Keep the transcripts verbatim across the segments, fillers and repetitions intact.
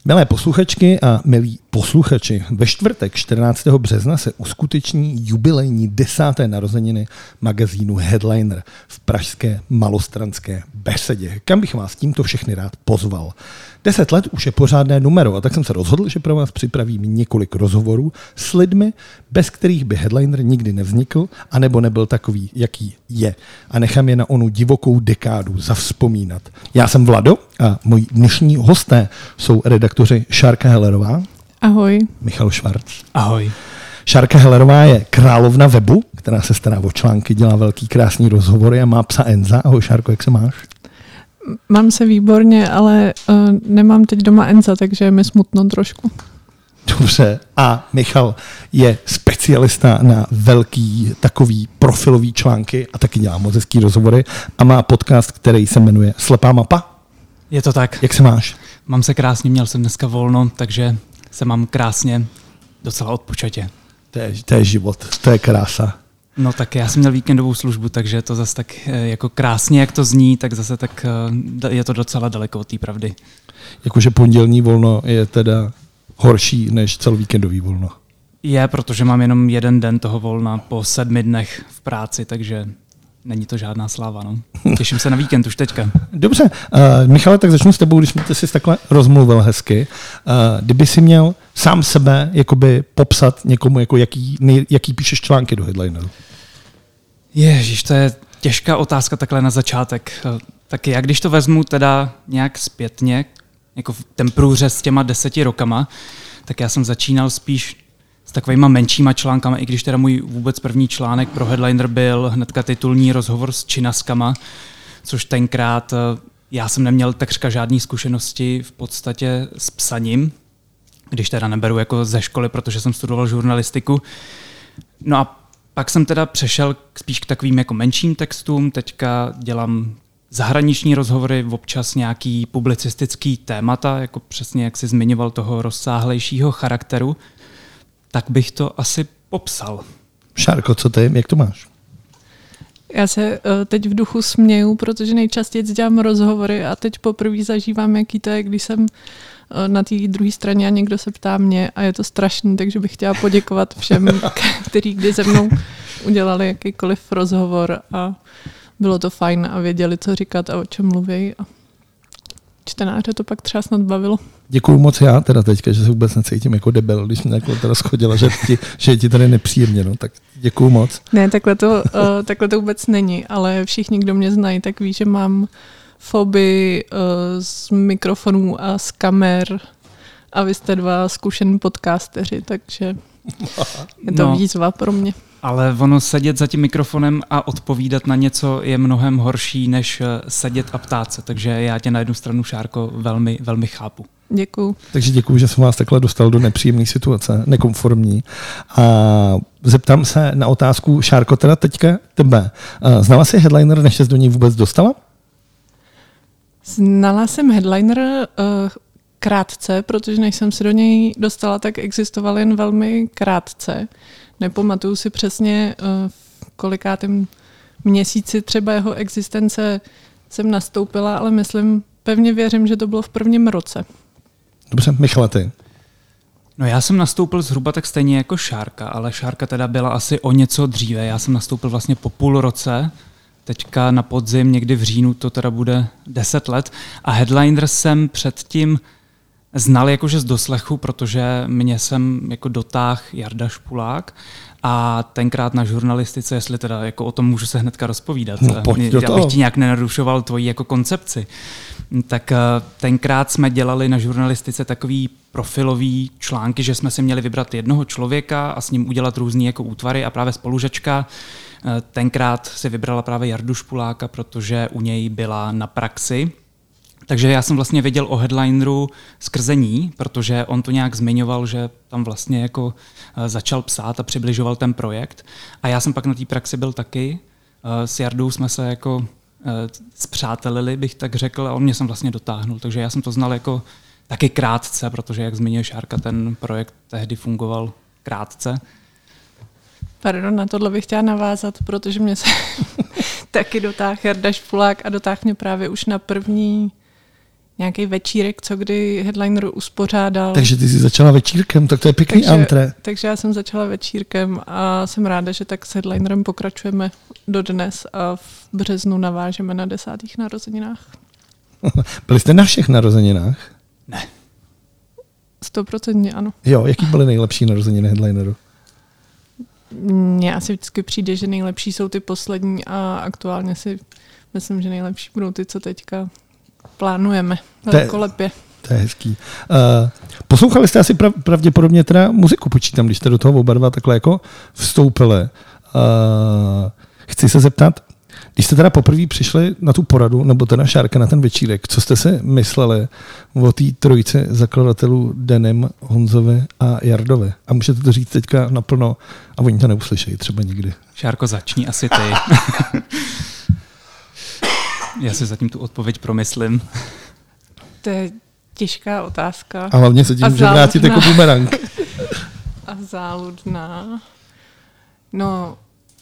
Milé posluchačky a milí posluchači, ve čtvrtek čtrnáctého března se uskuteční jubilejní desáté narozeniny magazínu Headliner v pražské Malostranské besedě, kam bych vás tímto všechny rád pozval. Deset let už je pořádné numero a tak jsem se rozhodl, že pro vás připravím několik rozhovorů s lidmi, bez kterých by Headliner nikdy nevznikl, anebo nebyl takový, jaký je. A nechám je na onu divokou dekádu zavzpomínat. Já jsem Vlado a moji dnešní hosté jsou redaktoři Šárka Hellerová. Ahoj. Michal Švarc. Ahoj. Šárka Hellerová je královna webu, která se stará o články, dělá velký krásný rozhovory a má psa Enza. Ahoj Šárko, jak se máš? Mám se výborně, ale uh, nemám teď doma Enza, takže je mi smutno trošku. Dobře. A Michal je specialista na velký takový profilový články a taky dělá moc hezký rozhovory a má podcast, který se jmenuje Slepá mapa. Je to tak. Jak se máš? Mám se krásně, měl jsem dneska volno, takže se mám krásně, docela odpočatě. To je, to je život, to je krása. No tak já jsem měl víkendovou službu, takže to zase tak jako krásně, jak to zní, tak zase tak je to docela daleko od té pravdy. Jakože pondělní volno je teda horší než celovíkendový volno. Je, protože mám jenom jeden den toho volna po sedmi dnech v práci, takže není to žádná sláva. No. Těším se na víkend už teďka. Dobře. Uh, Michale, tak začnu s tebou, když ty jsi takhle rozmluvil hezky. Uh, kdyby si měl sám sebe jakoby popsat někomu, jako jaký, nej, jaký píšeš články do Headlineru? Ježíš, to je těžká otázka takhle na začátek. Tak já když to vezmu teda nějak zpětně, jako ten průřez s těma deseti rokama, tak já jsem začínal spíš s takovýma menšíma článkama, i když teda můj vůbec první článek pro Headliner byl hnedka titulní rozhovor s činaskama, což tenkrát já jsem neměl takřka žádný zkušenosti v podstatě s psaním, když teda neberu jako ze školy, protože jsem studoval žurnalistiku. No a pak jsem teda přešel spíš k takovým jako menším textům, teďka dělám zahraniční rozhovory, občas nějaký publicistický témata, jako přesně jak jsi zmiňoval toho rozsáhlejšího charakteru, tak bych to asi popsal. Šárko, co ty? Jak to máš? Já se uh, teď v duchu směju, protože nejčastěji dělám rozhovory a teď poprvé zažívám, jaký to je, když jsem uh, na té druhé straně a někdo se ptá mě a je to strašný, takže bych chtěla poděkovat všem, kteří kdy se mnou udělali jakýkoliv rozhovor a bylo to fajn a věděli, co říkat a o čem mluví a čtenáře to pak třeba snad bavilo. Děkuju moc já teda teďka, že se vůbec necítím jako debil, když mě takhle teda schodila, že ti, že ti tady nepříjemně, no, tak děkuju moc. Ne, takhle to, uh, takhle to vůbec není, ale všichni, kdo mě znají, tak ví, že mám fobii uh, z mikrofonů a z kamer a vy jste dva zkušení podcasteři, takže je to no, výzva pro mě. Ale ono sedět za tím mikrofonem a odpovídat na něco je mnohem horší, než sedět a ptát se, takže já tě na jednu stranu, Šárko, velmi, velmi chápu. Děkuju. Takže děkuju, že jsem vás takhle dostal do nepříjemné situace, nekonformní. A zeptám se na otázku, Šárko, teda teďka tebe. Znala jsi Headliner, než jsi do něj vůbec dostala? Znala jsem Headliner uh, krátce, protože než jsem se do něj dostala, tak existoval jen velmi krátce. Nepamatuju si přesně, uh, v kolikátém měsíci třeba jeho existence jsem nastoupila, ale myslím, pevně věřím, že to bylo v prvním roce. Dobře, Michale, ty. No já jsem nastoupil zhruba tak stejně jako Šárka, ale Šárka teda byla asi o něco dříve. Já jsem nastoupil vlastně po půl roce, teďka na podzim, někdy v říjnu, to teda bude deset let. A Headliner jsem předtím znal jakože z doslechu, protože mě jsem jako dotáhl Jarda Špulák a tenkrát na žurnalistice, jestli teda jako o tom můžu se hnedka rozpovídat, no, pojď do toho. Abych ti nějak nenarušoval tvoji jako koncepci. Tak tenkrát jsme dělali na žurnalistice takový profilový články, že jsme si měli vybrat jednoho člověka a s ním udělat různý jako útvary a právě spolužačka tenkrát si vybrala právě Jardu Špuláka, protože u něj byla na praxi. Takže já jsem vlastně věděl o Headlineru skrze ní, protože on to nějak zmiňoval, že tam vlastně jako začal psát a přibližoval ten projekt. A já jsem pak na té praxi byl taky. S Jardou jsme se jako spřátelili, bych tak řekl, a on mě jsem vlastně dotáhnul. Takže já jsem to znal jako taky krátce, protože jak zmiňuje Šárka, ten projekt tehdy fungoval krátce. Pardon, na tohle bych chtěla navázat, protože mě se taky dotáhl Jarda Špulák a dotáhl mě právě už na první nějaký večírek, co kdy headliner uspořádal. Takže ty jsi začala večírkem, tak to je pěkný takže, antré. Takže já jsem začala večírkem a jsem ráda, že tak s headlinerem pokračujeme dodnes a v březnu navážeme na desátých narozeninách. Byli jste na všech narozeninách? Ne. Stoprocentně ano. Jo, jaký byly nejlepší narozeniny headlineru? Mně asi vždycky přijde, že nejlepší jsou ty poslední a aktuálně si myslím, že nejlepší budou ty, co teďka plánujeme velkolepě. To je hezký. Uh, poslouchali jste asi prav, pravděpodobně teda muziku, počítám, když jste do toho oba dva takhle jako vstoupili. Uh, chci se zeptat, když jste teda poprvé přišli na tu poradu, nebo teda Šárka na ten večírek, co jste si mysleli o té trojice zakladatelů Denim, Honzovi a Jardovi? A můžete to říct teďka naplno a oni to neuslyšejí třeba nikdy. Šárko, začni asi ty. Já si zatím tu odpověď promyslím. To je těžká otázka. A hlavně se tím může vrátit jako bumerang. A záludná. No,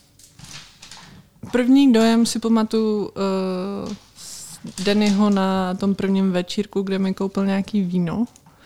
první dojem si pamatuju uh, z Dennyho na tom prvním večírku, kde mi koupil nějaký víno.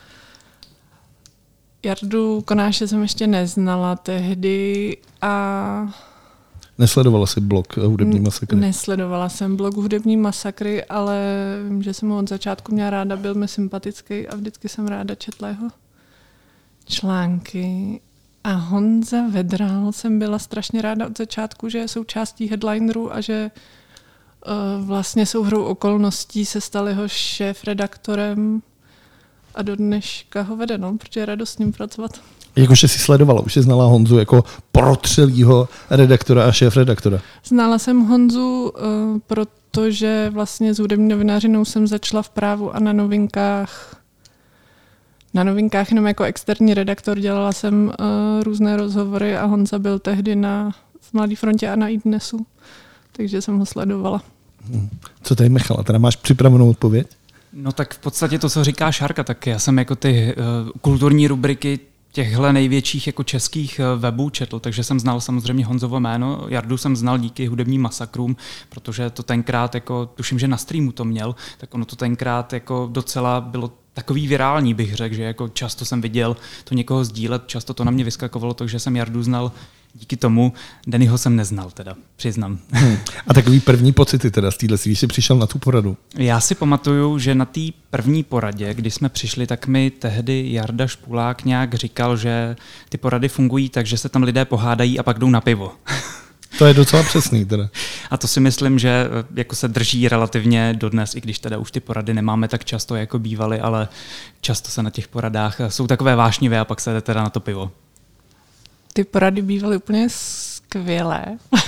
Jardu Konáše jsem ještě neznala tehdy a... Nesledovala jsi blog Hudební masakry? Nesledovala jsem blog Hudební masakry, ale vím, že jsem ho od začátku měla ráda, byl mi sympatický a vždycky jsem ráda četla jeho články. A Honza Vedral jsem byla strašně ráda od začátku, že je součástí headlineru a že uh, vlastně souhrou okolností se stal jeho šéf-redaktorem a do dneška ho vede, no, protože je radost s ním pracovat. Jakože jsi sledovala, už jsi znala Honzu jako protřelýho redaktora a šéf-redaktora. Znala jsem Honzu, uh, protože vlastně s hudební novinářinou jsem začala v Právu a na Novinkách. Na Novinkách jenom jako externí redaktor dělala jsem uh, různé rozhovory a Honza byl tehdy na v Mladé frontě a na iDnesu, takže jsem ho sledovala. Hmm. Co tady Michala, teda máš připravenou odpověď? No tak v podstatě to, co říká Šárka, tak já jsem jako ty uh, kulturní rubriky těchhle největších jako českých webů četl, takže jsem znal samozřejmě Honzovo jméno. Jardu jsem znal díky Hudebním masakrům, protože to tenkrát, jako, tuším, že na streamu to měl, tak ono to tenkrát jako docela bylo takový virální, bych řekl, že jako často jsem viděl to někoho sdílet, často to na mě vyskakovalo, takže jsem Jardu znal díky tomu. Dennyho jsem neznal, teda, přiznám. Hmm. A takový první pocity teda z téhle, když jsi přišel na tu poradu? Já si pamatuju, že na té první poradě, kdy jsme přišli, tak mi tehdy Jarda Špulák nějak říkal, že ty porady fungují tak, že se tam lidé pohádají a pak jdou na pivo. To je docela přesný teda. A to si myslím, že jako se drží relativně dodnes, i když teda už ty porady nemáme tak často, jako bývaly, ale často se na těch poradách jsou takové vášnivé a pak se jde teda na to pivo. Ty porady bývaly úplně skvělé,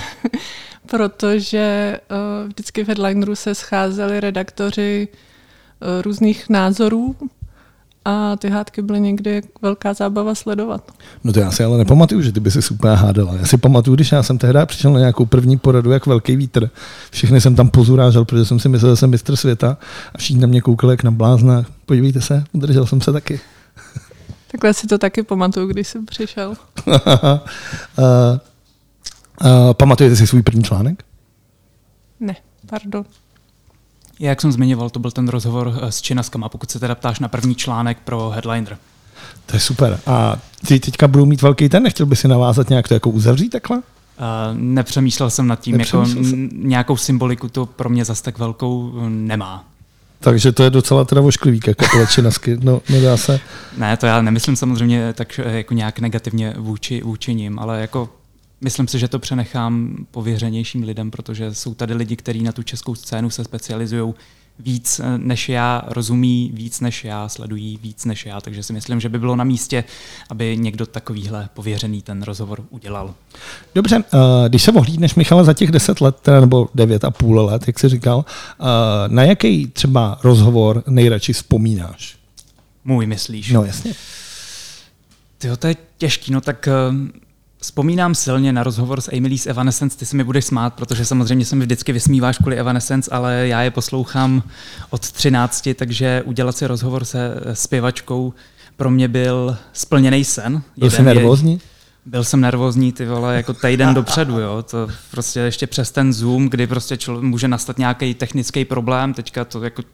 protože uh, vždycky v headlineru se scházeli redaktoři uh, různých názorů a ty hádky byly někdy velká zábava sledovat. No to já si ale nepamatuju, že ty by se úplně hádala. Já si pamatuju, když já jsem tehdy přišel na nějakou první poradu, jak velký vítr. Všechny jsem tam pozurážel, protože jsem si myslel, že jsem mistr světa a všichni na mě koukali jak na blázna. Podívejte se, udržel jsem se taky. Takhle si to taky pamatuju, když jsem přišel. uh, uh, pamatujete si svůj první článek? Ne, pardon. Jak jsem zmiňoval, to byl ten rozhovor s Činaskama, pokud se teda ptáš na první článek pro Headliner. To je super. A ty teďka budou mít velký ten, nechtěl by si navázat nějak to jako uzavřít takhle? Uh, nepřemýšlel jsem nad tím, jako jsem. Nějakou symboliku to pro mě zas tak velkou nemá. Takže to je docela teda vošklivý, jako Činasky, no nedá se. Ne, to já nemyslím samozřejmě tak jako nějak negativně vůči, vůči nim, ale jako myslím si, že to přenechám pověřenějším lidem, protože jsou tady lidi, kteří na tu českou scénu se specializují víc než já, rozumí víc než já, sledují víc než já, takže si myslím, že by bylo na místě, aby někdo takovýhle pověřený ten rozhovor udělal. Dobře, když se ohlídneš, Michale, za těch deset let, nebo devět a půl let, jak jsi říkal, na jaký třeba rozhovor nejradši vzpomínáš? Můj, myslíš? No jasně. Tyjo, to je těžký, no tak vzpomínám silně na rozhovor s Emily z Evanescence, ty se mi budeš smát, protože samozřejmě se mi vždycky vysmíváš kvůli Evanescence, ale já je poslouchám od třinácti, takže udělat si rozhovor se zpěvačkou pro mě byl splněný sen. Byl jsi nervózní? Byl jsem nervózní, ty vole, jako týden dopředu, jo. To prostě ještě přes ten Zoom, kdy prostě člověk může nastat nějaký technický problém, teďka to jako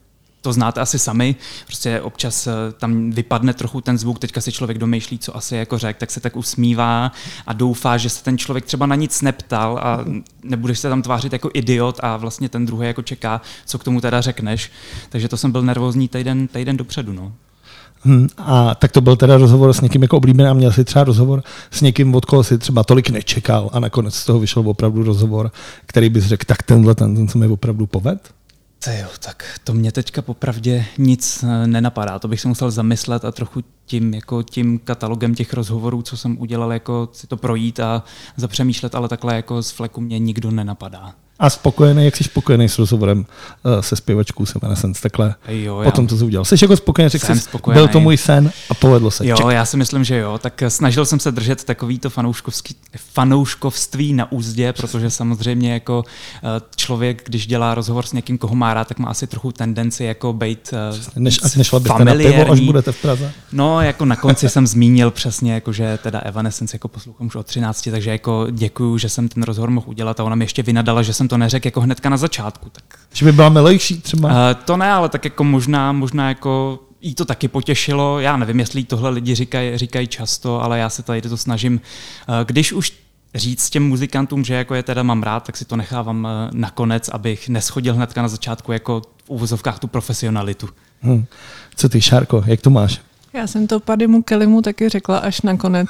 to znáte asi sami, prostě občas tam vypadne trochu ten zvuk, teďka si člověk domýšlí, co asi jako řek, tak se tak usmívá a doufá, že se ten člověk třeba na nic neptal a nebudeš se tam tvářit jako idiot a vlastně ten druhý jako čeká, co k tomu teda řekneš. Takže to jsem byl nervózní týden, týden dopředu. No. Hmm, a tak to byl teda rozhovor s někým jako oblíbený, měl jsi třeba rozhovor s někým, od koho si třeba tolik nečekal a nakonec z toho vyšel opravdu rozhovor, který bys řekl, tak tenhle, ten, ten se mi opravdu povedl? Jo, tak to mě teďka popravdě nic nenapadá. To bych se musel zamyslet a trochu tím, jako tím katalogem těch rozhovorů, co jsem udělal, jako si to projít a zapřemýšlet, ale takhle jako z fleku mě nikdo nenapadá. A spokojený, jak jsi spokojený s rozhovorem uh, se zpěvačkou Evanescence, takhle jo, potom to jsi udělal. Jsi jako spokojený, řekl jsi, spokojený. Byl to můj sen a povedlo se. Jo, Ček. já si myslím, že jo. Tak snažil jsem se držet takovýto fanouškovství na úzdě, protože samozřejmě jako člověk, když dělá rozhovor s někým, koho má rád, tak má asi trochu tendenci jako být než, než byste na pivo, až budete v Praze. No, jako na konci jsem zmínil přesně, jako, že teda Evanescence jako poslouchám už od třinácti, takže jako děkuju, že jsem ten rozhovor mohl udělat a ona mi ještě vynadala, že jsem to neřekl jako hnedka na začátku. Tak... Že by byla milejší třeba? Uh, to ne, ale tak jako možná, možná jako jí to taky potěšilo. Já nevím, jestli tohle lidi říkají, říkají často, ale já se tady to snažím. Uh, když už říct těm muzikantům, že jako je teda mám rád, tak si to nechávám uh, nakonec, abych neschodil hnedka na začátku jako v úvozovkách tu profesionalitu. Hmm. Co ty, Šárko, jak to máš? Já jsem to Paddymu Kellymu taky řekla až nakonec,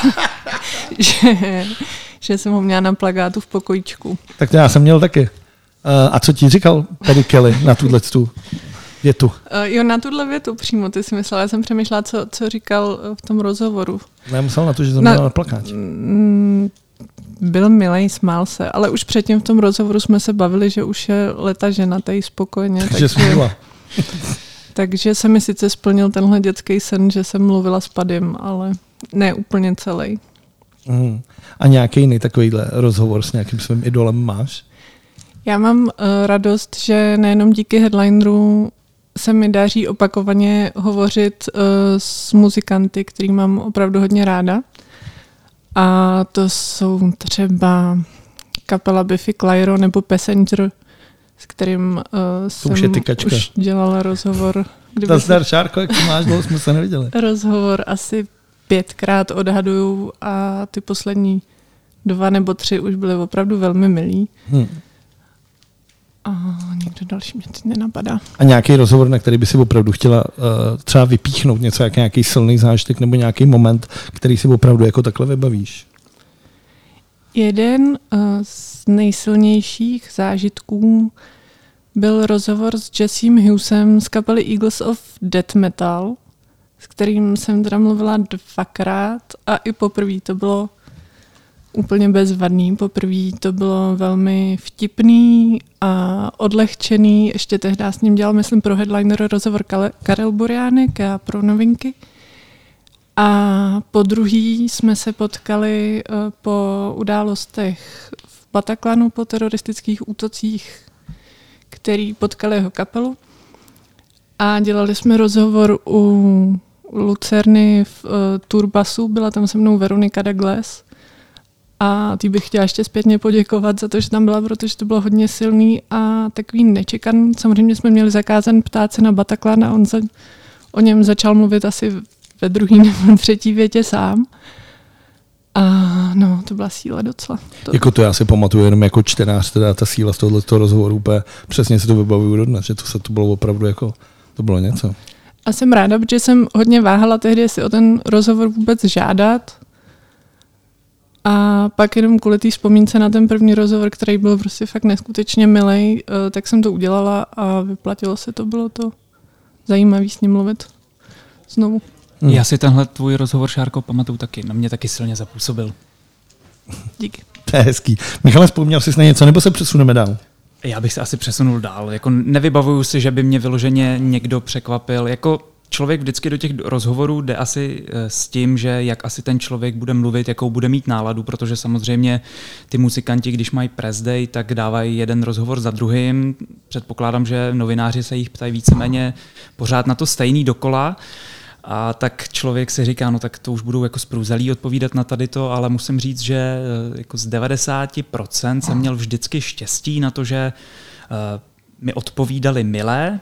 že, že jsem ho měla na plakátu v pokojíčku. Tak to já jsem měl taky. Uh, a co ti říkal Paddy Kelly na tuhle tu větu? Uh, jo, na tuhle větu přímo, ty jsi myslela, já jsem přemýšlela, co, co říkal v tom rozhovoru. Já myslel na to, že to měl na, na plakátě. Mm, byl milej, smál se, ale už předtím v tom rozhovoru jsme se bavili, že už je leta ženatý spokojeně. Takže smůla. Takže se mi sice splnil tenhle dětský sen, že jsem mluvila s Paddym, ale ne úplně celý. Mm. A nějaký jiný takovýhle rozhovor s nějakým svým idolem máš? Já mám uh, radost, že nejenom díky headlineru se mi daří opakovaně hovořit uh, s muzikanty, který mám opravdu hodně ráda. A to jsou třeba kapela Biffy Clyro nebo Passenger, s kterým uh, jsem už, už dělala rozhovor. Nazdar, Šárko, jak to máš, dlouho jsme se neviděli. Rozhovor asi pětkrát odhaduju a ty poslední dva nebo tři už byly opravdu velmi milí. Hmm. A někdo další mě teď nenapadá. A nějaký rozhovor, na který by si opravdu chtěla uh, třeba vypíchnout něco, jak nějaký silný zážitek nebo nějaký moment, který si opravdu jako takhle vybavíš? Jeden uh, z nejsilnějších zážitků byl rozhovor s Jessem Hughesem z kapely Eagles of Death Metal, s kterým jsem teda mluvila dvakrát a i poprvé to bylo úplně bezvadný. Poprvé to bylo velmi vtipný a odlehčený. Ještě tehdy s ním dělal, myslím, pro headliner rozhovor Karel Buriánek a pro novinky. A po druhý jsme se potkali po událostech v Bataclanu, po teroristických útocích, který potkali jeho kapelu. A dělali jsme rozhovor u Lucerny v uh, Turbasu, byla tam se mnou Veronika Douglas. A ty bych chtěla ještě zpětně poděkovat za to, že tam byla, protože to bylo hodně silný a takový nečekaný. Samozřejmě jsme měli zakázan ptát se na Bataclan a on za, o něm začal mluvit asi ve druhý nebo třetí větě sám. A no, to byla síla docela. To... Jako to já si pamatuju jenom jako čtenář, teda ta síla z tohoto rozhovoru, úplně přesně si to vybavuju dodnes, že to se to bylo opravdu jako, to bylo něco. A jsem ráda, protože jsem hodně váhala tehdy, jestli o ten rozhovor vůbec žádat. A pak jenom kvůli té vzpomínce na ten první rozhovor, který byl prostě fakt neskutečně milej, tak jsem to udělala a vyplatilo se to, bylo to zajímavý s ním mluvit znovu. Hmm. Já si tenhle tvůj rozhovor, Šárko, pamatuju taky. Na mě taky silně zapůsobil. Díky. To je hezký. Michale, vzpomněl jsi na něco, nebo se přesuneme dál? Já bych se asi přesunul dál. Jako nevybavuju si, že by mě vyloženě někdo překvapil. Jako člověk vždycky do těch rozhovorů jde asi s tím, že jak asi ten člověk bude mluvit, jakou bude mít náladu, protože samozřejmě ty muzikanti, když mají press day, tak dávají jeden rozhovor za druhým. Předpokládám, že novináři se jich ptají víceméně pořád na to stejný dokola. A tak člověk si říká, no tak to už budou jako zprůzalí odpovídat na tady to, ale musím říct, že jako z devadesát procent jsem měl vždycky štěstí na to, že uh, mi odpovídali milé,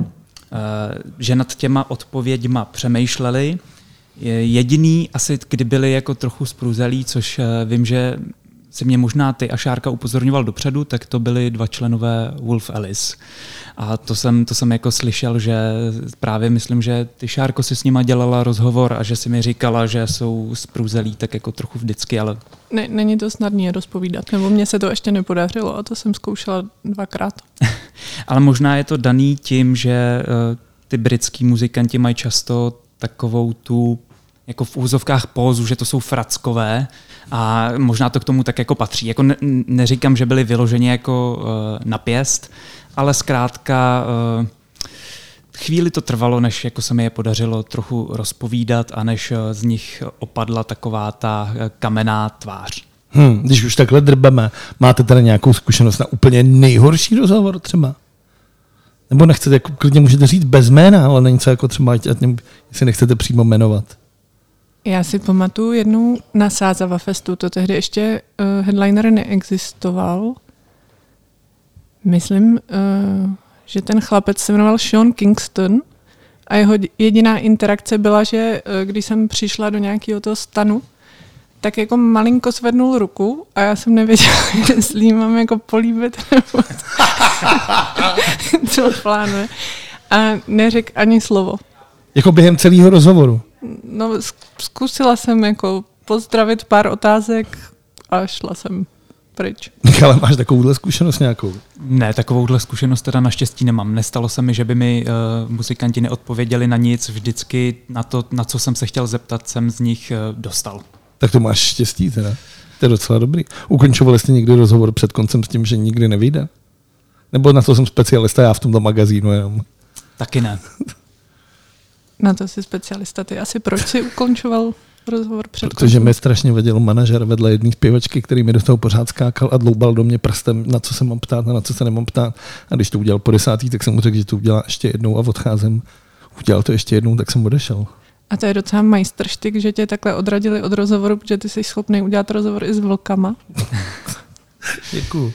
že nad těma odpověďma přemýšleli. Jediný asi, kdy byli jako trochu spruzelí, což vím, že si mě možná ty a Šárka upozorňoval dopředu, tak to byli dva členové Wolf Alice. A to jsem, to jsem jako slyšel, že právě myslím, že ty Šárko si s nima dělala rozhovor a že si mi říkala, že jsou spruzelí tak jako trochu vždycky, ale... Ne, není to snadné je rozpovídat, nebo mně se to ještě nepodařilo a to jsem zkoušela dvakrát. Ale možná je to daný tím, že uh, ty britský muzikanti mají často takovou tu jako v úzovkách pózu, že to jsou frackové a možná to k tomu tak jako patří. Jako ne, neříkám, že byli vyloženi jako uh, na pěst, ale zkrátka uh, chvíli to trvalo, než jako se mi je podařilo trochu rozpovídat a než uh, z nich opadla taková ta uh, kamenná tvář. Hmm, když už takhle drbeme, máte teda nějakou zkušenost na úplně nejhorší rozhovor třeba? Nebo nechcete, jako klidně můžete říct bez jména, ale není co jako třeba, ať, jestli nechcete přímo jmenovat. Já si pamatuju jednou na Sázava Festu, to tehdy ještě uh, headliner neexistoval. Myslím, uh, že ten chlapec se jmenoval Sean Kingston a jeho jediná interakce byla, že uh, když jsem přišla do nějakého toho stanu, tak jako malinko zvednul ruku a já jsem nevěděla, jestli jí mám jako políbit nebo co plánuje. A neřekl ani slovo. Jako během celého rozhovoru? No, zkusila jsem jako pozdravit pár otázek a šla jsem pryč. Ale máš takovouhle zkušenost nějakou? Ne, takovouhle zkušenost teda naštěstí nemám. Nestalo se mi, že by mi uh, muzikanti neodpověděli na nic. Vždycky na to, na co jsem se chtěl zeptat, jsem z nich uh, dostal. Tak to máš štěstí teda. To je docela dobrý. Ukončovali jste někdy rozhovor před koncem s tím, že nikdy nevyjde? Nebo na to jsem specialista já v tomto magazínu jenom? Taky ne. Na to jsi specialista. Ty asi proč jsi ukončoval rozhovor před Protože koncem? Mi strašně vadil manažer vedle jedné zpěvačky, který mi do toho pořád skákal a dloubal do mě prstem, na co se mám ptát a na co se nemám ptát. A když to udělal po desátý, tak jsem mu řekl, že to udělá ještě jednou a odcházím. Udělal to ještě jednou, tak jsem odešel. A to je docela majstrštyk, že tě takhle odradili od rozhovoru, protože ty jsi schopný udělat rozhovor i s vlkama. Děkuju.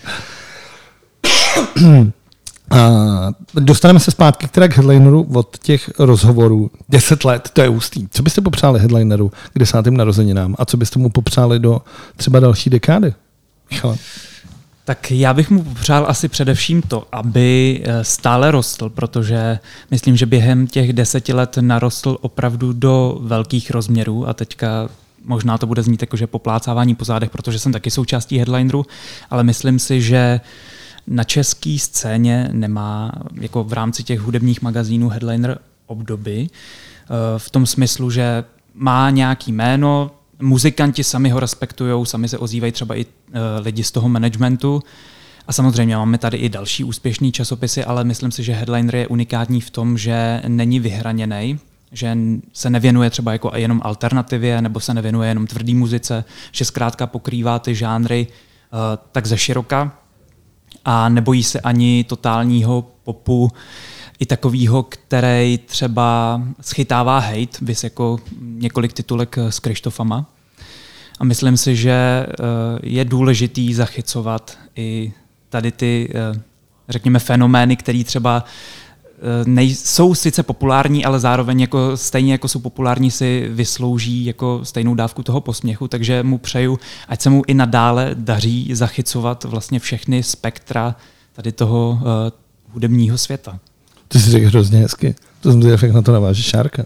A dostaneme se zpátky k headlineru od těch rozhovorů. Deset let, to je ústý. Co byste popřáli headlineru k desátým narozeninám a co byste mu popřáli do třeba další dekády? Michale. Tak já bych mu popřál asi především to, aby stále rostl, protože myslím, že během těch deseti let narostl opravdu do velkých rozměrů a teďka možná to bude znít jako, že poplácávání po zádech, protože jsem taky součástí headlineru, ale myslím si, že na české scéně nemá jako v rámci těch hudebních magazínů headliner obdoby v tom smyslu, že má nějaký jméno, muzikanti sami ho respektujou, sami se ozývají třeba i lidi z toho managementu a samozřejmě máme tady i další úspěšný časopisy, ale myslím si, že headliner je unikátní v tom, že není vyhraněnej, že se nevěnuje třeba jako jenom alternativě nebo se nevěnuje jenom tvrdý muzice, že zkrátka pokrývá ty žánry uh, tak ze široka a nebojí se ani totálního popu, i takovýho, který třeba schytává hate, vys jako několik titulek s Krištofama. A myslím si, že je důležitý zachycovat i tady ty, řekněme, fenomény, které třeba nejsou sice populární, ale zároveň jako stejně jako jsou populární, si vyslouží jako stejnou dávku toho posměchu, takže mu přeju, ať se mu i nadále daří zachycovat vlastně všechny spektra tady toho uh, hudebního světa. Ty jsi řekl hrozně hezky. To jsem si jak na to naváže Šárka.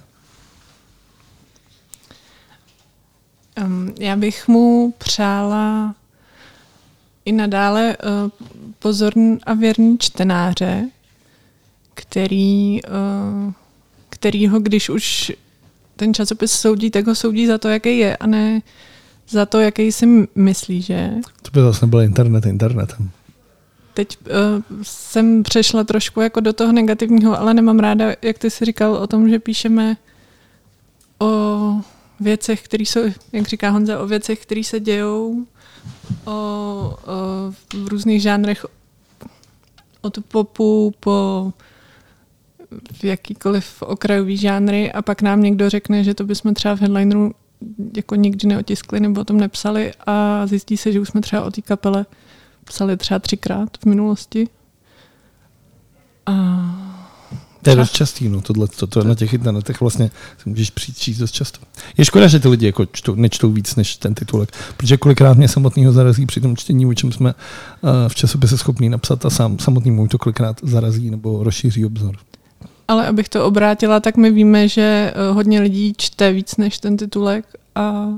Um, já bych mu přála i nadále uh, pozorný a věrný čtenáře, který, uh, který ho, když už ten časopis soudí, tak ho soudí za to, jaký je, a ne za to, jaký si myslí, že. To by zase nebyl internet internetem. Teď uh, jsem přešla trošku jako do toho negativního, ale nemám ráda, jak ty jsi říkal o tom, že píšeme o věcech, které jsou, jak říká Honza, o věcech, které se dějou, o, o v různých žánrech, od popu po jakýkoliv okrajový žánry, a pak nám někdo řekne, že to bychom třeba v headlineru jako nikdy neotiskli nebo o tom nepsali, a zjistí se, že už jsme třeba o té kapele psali třeba třikrát v minulosti. A To je dost častý, no, tohle, to, to na těch internetech vlastně si můžeš přijít číst dost často. Je škoda, že ty lidi jako čtou, nečtou víc než ten titulek, protože kolikrát mě samotného zarazí při tom čtení, o čem jsme uh, v časopise schopní napsat a sám samotný můj to kolikrát zarazí nebo rozšíří obzor. Ale abych to obrátila, tak my víme, že uh, hodně lidí čte víc než ten titulek a uh,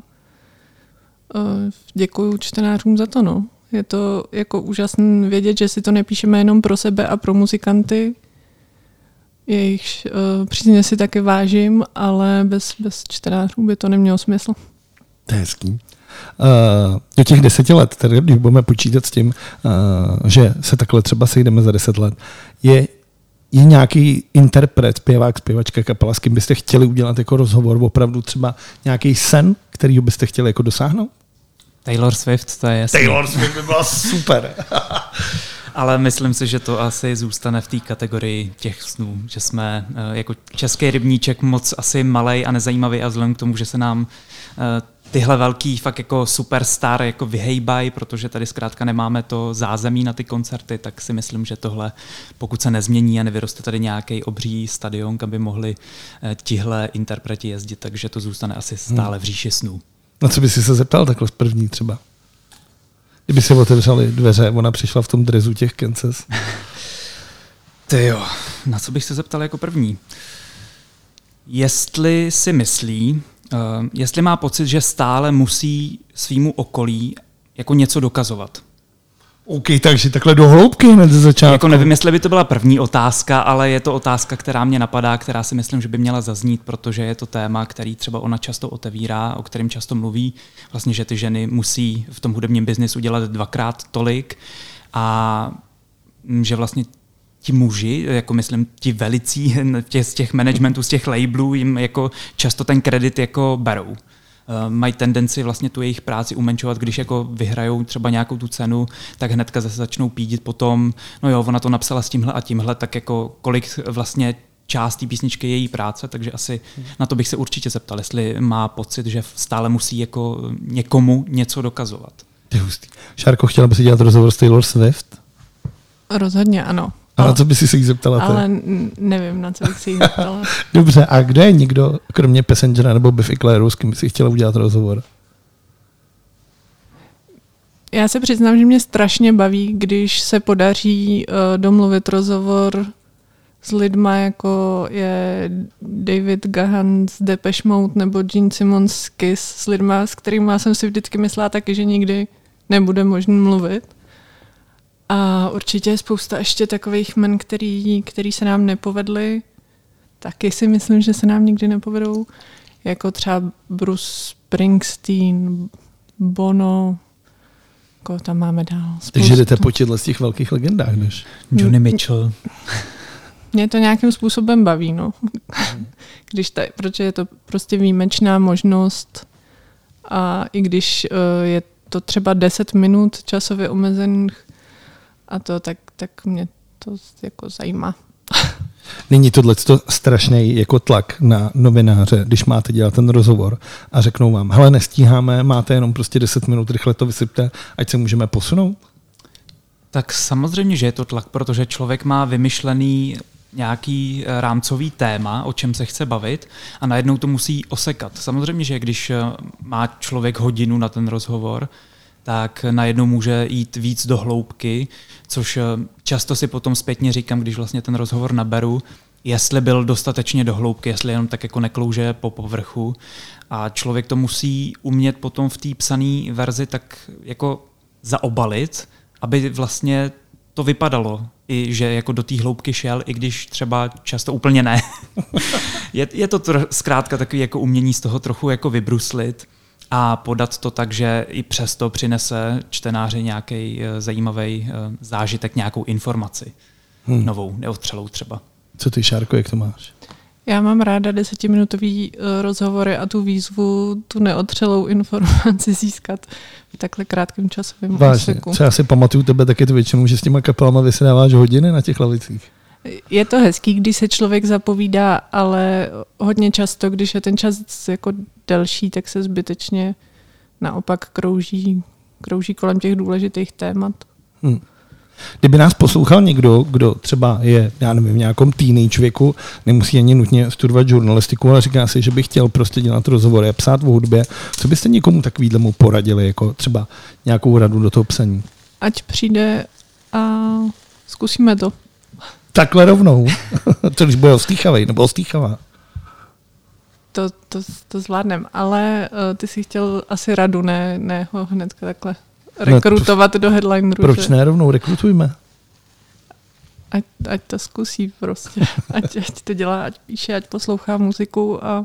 děkuju čtenářům za to, no. Je to jako úžasné vědět, že si to nepíšeme jenom pro sebe a pro muzikanty, jejichž uh, přízně si taky vážím, ale bez, bez čtenářů by to nemělo smysl. To je hezký. Uh, do těch deseti let, tedy když budeme počítat s tím, uh, že se takhle třeba sejdeme za deset let, je, je nějaký interpret, zpěvák, zpěvačka, kapela, s kým byste chtěli udělat jako rozhovor, opravdu třeba nějaký sen, kterýho byste chtěli jako dosáhnout? Taylor Swift, to je jasný. Taylor Swift by byla super. Ale myslím si, že to asi zůstane v té kategorii těch snů, že jsme jako český rybníček moc asi malej a nezajímavý a vzhledem k tomu, že se nám tyhle velký fakt jako superstar jako vyhejbají, protože tady zkrátka nemáme to zázemí na ty koncerty, tak si myslím, že tohle, pokud se nezmění a nevyroste tady nějaký obří stadion, kam by mohli tihle interpreti jezdit, takže to zůstane asi stále v říši snů. Na co by si se zeptal takhle z první třeba? Kdyby se otevřely dveře, ona přišla v tom dresu těch Kansas. Ty jo, na co bych se zeptal jako první? Jestli si myslí, uh, jestli má pocit, že stále musí svýmu okolí jako něco dokazovat. OK, takže takhle do hloubky hned ze začátku. Jako nevím, jestli by to byla první otázka, ale je to otázka, která mě napadá, která si myslím, že by měla zaznít, protože je to téma, který třeba ona často otevírá, o kterém často mluví, vlastně, že ty ženy musí v tom hudebním biznisu dělat dvakrát tolik a že vlastně ti muži, jako myslím ti velicí z těch managementů, z těch labelů jim jako často ten kredit jako berou. Uh, mají tendenci vlastně tu jejich práci umenšovat, když jako vyhrajou třeba nějakou tu cenu, tak hnedka zase začnou pídit potom, no jo, ona to napsala s tímhle a tímhle, tak jako kolik vlastně část té písničky je její práce, takže asi na to bych se určitě zeptal, jestli má pocit, že stále musí jako někomu něco dokazovat. To je hustý. Šárko, chtěla by si dělat rozhovor s Taylor Swift? Rozhodně ano. A na co by si se jí zeptala? Ale n- nevím, na co bych si jí zeptala. Dobře, a kdo je někdo, kromě Passengera nebo Biff Clyro, s kým by si chtěla udělat rozhovor? Já se přiznám, že mě strašně baví, když se podaří uh, domluvit rozhovor s lidma, jako je David Gahan z Depeche Mode nebo Gene Simmons z Kiss, s lidma, s kterými jsem si vždycky myslela taky, že nikdy nebude možné mluvit. A určitě je spousta ještě takových men, který, který se nám nepovedly. Taky si myslím, že se nám nikdy nepovedou. Jako třeba Bruce Springsteen, Bono, koho tam máme dál. Spoustu. Takže jdete po těchto z těch velkých legendách, než? Joni Mitchell. Mě to nějakým způsobem baví, no. Když ta, protože je to prostě výjimečná možnost a i když uh, je to třeba deset minut časově omezených a to, tak, tak mě to jako zajímá. Není tohleto strašný jako tlak na novináře, když máte dělat ten rozhovor a řeknou vám, hele, nestíháme, máte jenom prostě deset minut, rychle to vysypte, ať se můžeme posunout? Tak samozřejmě, že je to tlak, protože člověk má vymyšlený nějaký rámcový téma, o čem se chce bavit a najednou to musí osekat. Samozřejmě, že když má člověk hodinu na ten rozhovor, tak najednou může jít víc do hloubky, což často si potom zpětně říkám, když vlastně ten rozhovor naberu, jestli byl dostatečně do hloubky, jestli jenom tak jako neklouže po povrchu. A člověk to musí umět potom v té psané verzi tak jako zaobalit, aby vlastně to vypadalo, i že jako do té hloubky šel, i když třeba často úplně ne. je, je to tr- zkrátka takový jako umění z toho trochu jako vybruslit a podat to tak, že i přesto přinese čtenáři nějaký zajímavý zážitek, nějakou informaci. Hmm. Novou, neotřelou třeba. Co ty, Šárko, jak to máš? Já mám ráda desetiminutový rozhovory a tu výzvu, tu neotřelou informaci získat v takhle krátkém časovém úseku. Třeba si pamatuju tebe taky to většinou, že s těma kapelama vysedáváš hodiny na těch lavicích. Je to hezký, když se člověk zapovídá, ale hodně často, když je ten čas jako delší, tak se zbytečně naopak krouží, krouží kolem těch důležitých témat. Hmm. Kdyby nás poslouchal někdo, kdo třeba je, já nevím, v nějakém teenage věku, nemusí ani nutně studovat žurnalistiku, ale říká si, že by chtěl prostě dělat rozhovory a psát o hudbě, co byste někomu takovýhlemu poradili, jako třeba nějakou radu do toho psaní? Ať přijde a zkusíme to. Takhle rovnou. To když bude ostýchavej, nebo ostýchavá. To, to, to zvládnem, ale uh, ty jsi chtěl asi radu, ne, ne ho hnedka takhle rekrutovat no, do headlineru. Proč že? ne, rovnou rekrutujme. Ať, ať to zkusí prostě, ať, ať to dělá, ať píše, ať poslouchá muziku a,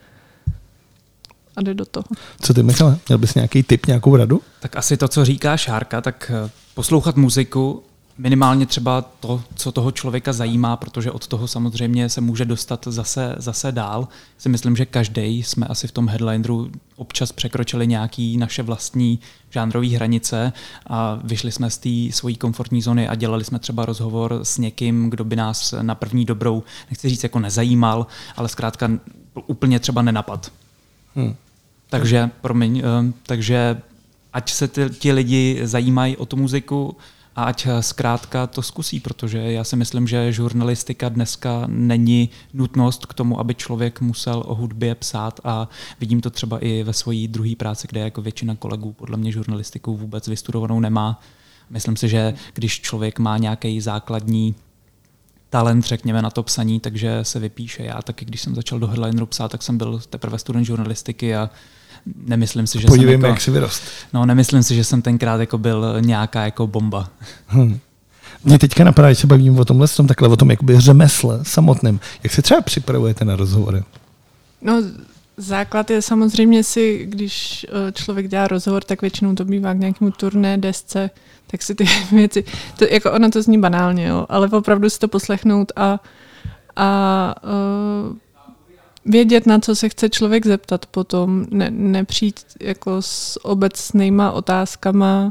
a jde do toho. Co ty, Michale, měl bys nějaký tip, nějakou radu? Tak asi to, co říká Šárka, tak poslouchat muziku, minimálně třeba to, co toho člověka zajímá, protože od toho samozřejmě se může dostat zase, zase dál. Si myslím, že každý jsme asi v tom headlineru občas překročili nějaké naše vlastní žánrové hranice a vyšli jsme z té svojí komfortní zóny a dělali jsme třeba rozhovor s někým, kdo by nás na první dobrou, nechci říct jako nezajímal, ale zkrátka úplně třeba nenapad. Hmm. Takže, promiň, takže ať se ty, ti lidi zajímají o tu muziku, a ať zkrátka to zkusí, protože já si myslím, že žurnalistika dneska není nutnost k tomu, aby člověk musel o hudbě psát a vidím to třeba i ve své druhé práci, kde jako většina kolegů podle mě žurnalistiku vůbec vystudovanou nemá. Myslím si, že když člověk má nějaký základní talent, řekněme, na to psaní, takže se vypíše. Já taky, když jsem začal do headlineru psát, tak jsem byl teprve student žurnalistiky a nemyslím si, že Podívejme, jsem jako, jak si vyrost. No, nemyslím si, že jsem tenkrát jako byl nějaká jako bomba. Hmm. Mě teďka napadá, že se bavím o tomhle, tom takhle o tom jakoby řemesle samotném. Jak se třeba připravujete na rozhovory? No, základ je samozřejmě si, když člověk dělá rozhovor, tak většinou to bývá k nějakému turné, desce, tak si ty věci, to, jako ono to zní banálně, jo, ale opravdu si to poslechnout a, a uh, vědět, na co se chce člověk zeptat potom, ne, nepřijít jako s obecnýma otázkama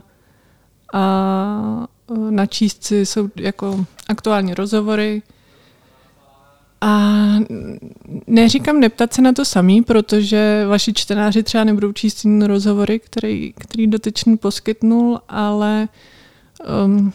a načíst si jsou jako aktuální rozhovory. A neříkám neptat se na to samý, protože vaši čtenáři třeba nebudou číst jiné rozhovory, který, který dotyčný poskytnul, ale um,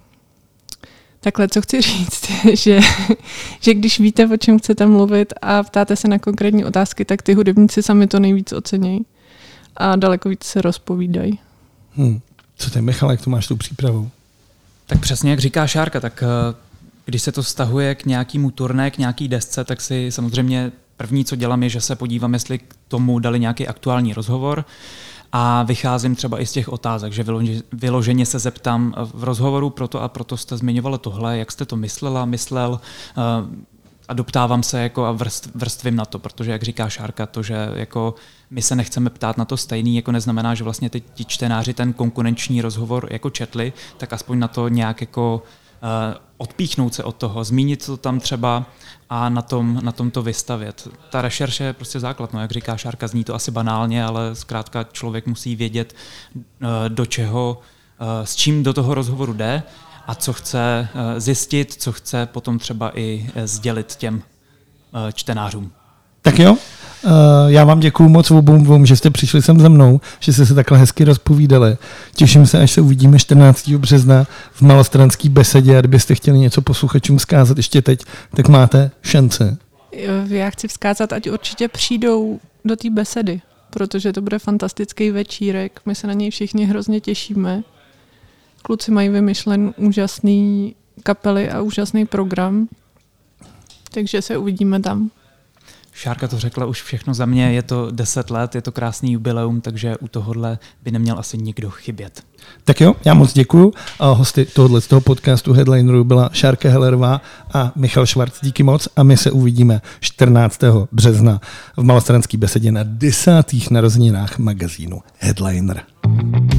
takhle, co chci říct, že, že když víte, o čem chcete mluvit a ptáte se na konkrétní otázky, tak ty hudebníci sami to nejvíc ocenějí a daleko víc se rozpovídají. Hmm. Co ty, Michal, jak to máš tou přípravou? Tak přesně, jak říká Šárka, tak když se to vztahuje k nějakému turné, k nějaký desce, tak si samozřejmě první, co dělám, je, že se podívám, jestli k tomu dali nějaký aktuální rozhovor a vycházím třeba i z těch otázek, že vyloženě se zeptám v rozhovoru proto a proto jste zmiňovala tohle, jak jste to myslela, myslel a doptávám se jako a vrst, vrstvím na to, protože jak říká Šárka, to, že jako my se nechceme ptát na to stejný, jako neznamená, že vlastně teď ti čtenáři ten konkurenční rozhovor jako četli, tak aspoň na to nějak jako uh, odpíchnout se od toho, zmínit to tam třeba a na tom, na tom to vystavět. Ta rešerše je prostě základ, no, jak říká Šárka, zní to asi banálně, ale zkrátka člověk musí vědět, uh, do čeho, uh, s čím do toho rozhovoru jde a co chce uh, zjistit, co chce potom třeba i sdělit těm uh, čtenářům. Tak jo, uh, já vám děkuju moc obou dvou, že jste přišli sem za mnou, že jste se takhle hezky rozpovídali. Těším se, až se uvidíme čtrnáctého března v Malostranské besedě a kdybyste chtěli něco posluchačům vzkázat ještě teď, tak máte šanci. Já chci vzkázat, ať určitě přijdou do té besedy, protože to bude fantastický večírek, my se na něj všichni hrozně těšíme. Kluci mají vymyšlen úžasný kapely a úžasný program, takže se uvidíme tam. Šárka to řekla už všechno za mě, je to deset let, je to krásný jubileum, takže u tohohle by neměl asi nikdo chybět. Tak jo, já moc děkuju. A hosty tohohle z toho podcastu Headlineru byla Šárka Hellerová a Michal Švarc. Díky moc a my se uvidíme čtrnáctého března v Malostranské besedě na desátých narozeninách magazínu Headliner.